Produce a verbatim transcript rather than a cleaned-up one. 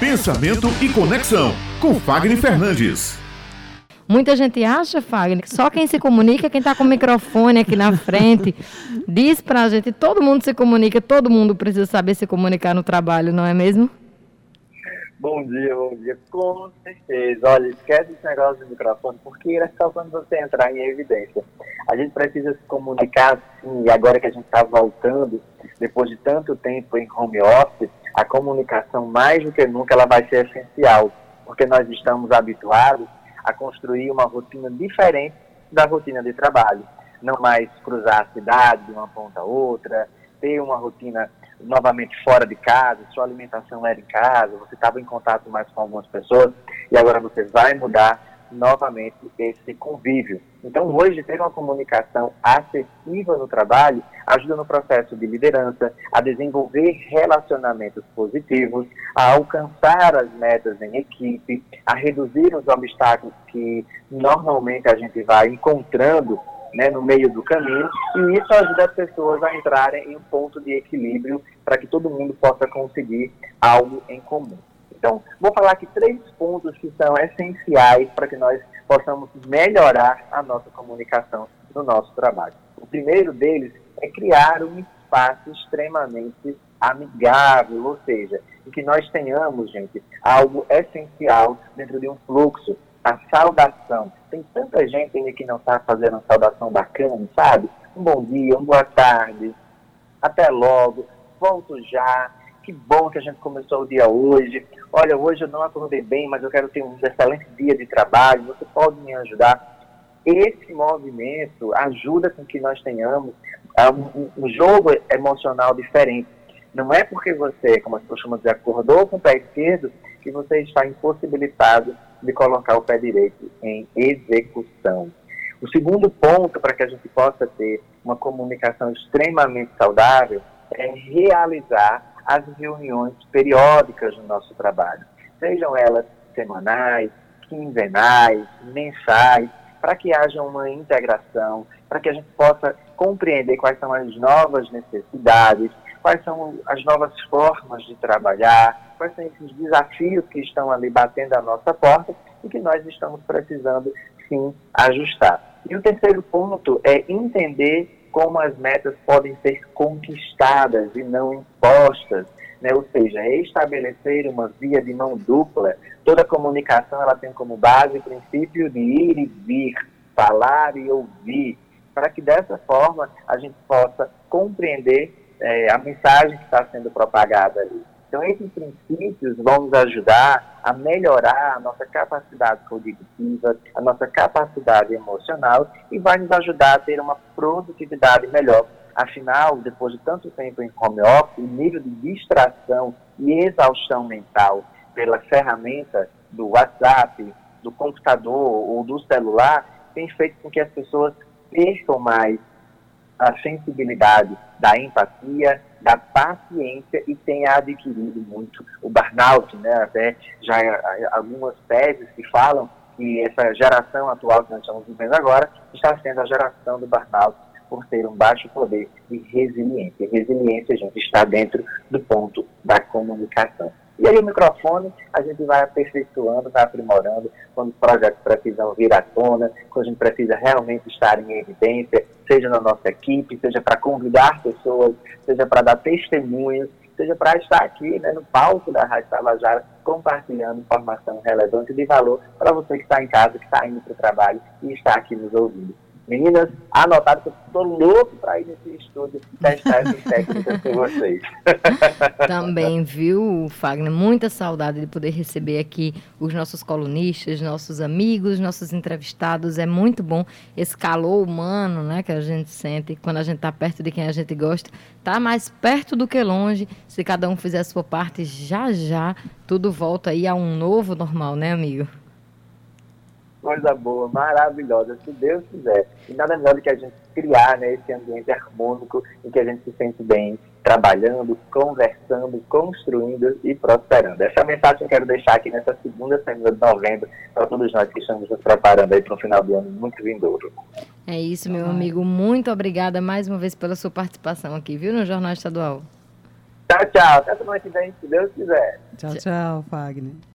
Pensamento e Conexão, com Fagner Fernandes. Muita gente acha, Fagner, que só quem se comunica é quem está com o microfone aqui na frente. Diz pra gente, todo mundo se comunica, todo mundo precisa saber se comunicar no trabalho, não é mesmo? Bom dia, bom dia. Com certeza. Olha, esquece esse negócio do microfone, porque é só quando você entrar em evidência. A gente precisa se comunicar, sim, e agora que a gente está voltando, depois de tanto tempo em home office, a comunicação, mais do que nunca, ela vai ser essencial, porque nós estamos habituados a construir uma rotina diferente da rotina de trabalho. Não mais cruzar a cidade de uma ponta a outra, ter uma rotina novamente fora de casa, sua alimentação era em casa, você estava em contato mais com algumas pessoas e agora você vai mudar novamente esse convívio. Então, hoje, ter uma comunicação acessível no trabalho ajuda no processo de liderança, a desenvolver relacionamentos positivos, a alcançar as metas em equipe, a reduzir os obstáculos que normalmente a gente vai encontrando, né, no meio do caminho, e isso ajuda as pessoas a entrarem em um ponto de equilíbrio para que todo mundo possa conseguir algo em comum. Então, vou falar aqui três pontos que são essenciais para que nós possamos melhorar a nossa comunicação no nosso trabalho. O primeiro deles é criar um espaço extremamente amigável, ou seja, em que nós tenhamos, gente, algo essencial dentro de um fluxo, a saudação. Tem tanta gente ainda que não está fazendo uma saudação bacana, sabe? Um bom dia, uma boa tarde, até logo, volto já. Que bom que a gente começou o dia hoje. Olha, hoje eu não acordei bem, mas eu quero ter um excelente dia de trabalho. Você pode me ajudar? Esse movimento ajuda com que nós tenhamos um, um jogo emocional diferente. Não é porque você, como se costuma dizer, acordou com o pé esquerdo, que você está impossibilitado de colocar o pé direito em execução. O segundo ponto para que a gente possa ter uma comunicação extremamente saudável é realizar as reuniões periódicas no nosso trabalho, sejam elas semanais, quinzenais, mensais, para que haja uma integração, para que a gente possa compreender quais são as novas necessidades, quais são as novas formas de trabalhar, quais são esses desafios que estão ali batendo a nossa porta e que nós estamos precisando, sim, ajustar. E o terceiro ponto é entender como as metas podem ser conquistadas e não impostas, né? Ou seja, estabelecer uma via de mão dupla. Toda comunicação ela tem como base o princípio de ir e vir, falar e ouvir, para que dessa forma a gente possa compreender é, a mensagem que está sendo propagada ali. Então, esses princípios vão nos ajudar a melhorar a nossa capacidade cognitiva, a nossa capacidade emocional e vai nos ajudar a ter uma produtividade melhor. Afinal, depois de tanto tempo em home office, o nível de distração e exaustão mental pela ferramenta do WhatsApp, do computador ou do celular tem feito com que as pessoas percam mais a sensibilidade da empatia, da paciência e tenha adquirido muito o burnout, né? Até já algumas teses que falam que essa geração atual que nós estamos vivendo agora está sendo a geração do burnout por ter um baixo poder de resiliência. Resiliência, gente, está dentro do ponto da comunicação. E aí o microfone a gente vai aperfeiçoando, vai aprimorando, quando os projetos precisam vir à tona, quando a gente precisa realmente estar em evidência, seja na nossa equipe, seja para convidar pessoas, seja para dar testemunhos, seja para estar aqui, né, no palco da Rádio Tabajara, compartilhando informação relevante de valor para você que está em casa, que está indo para o trabalho e está aqui nos ouvindo. Meninas, anotaram que eu estou louco para ir nesse estúdio testar essas técnicas com vocês. Também, viu, Fagner? Muita saudade de poder receber aqui os nossos colunistas, nossos amigos, nossos entrevistados. É muito bom esse calor humano, né, que a gente sente quando a gente está perto de quem a gente gosta. Está mais perto do que longe. Se cada um fizer a sua parte, já já tudo volta aí a um novo normal, né, amigo? Coisa boa, maravilhosa, se Deus quiser. E nada melhor do que a gente criar, né, esse ambiente harmônico em que a gente se sente bem, trabalhando, conversando, construindo e prosperando. Essa é a mensagem que eu quero deixar aqui nessa segunda semana de novembro para todos nós que estamos nos preparando aí para um final de ano muito vindouro. É isso, meu amigo. Muito obrigada mais uma vez pela sua participação aqui, viu, no Jornal Estadual. Tchau, tchau. Até semana que vem, se Deus quiser. Tchau, tchau, Fagner.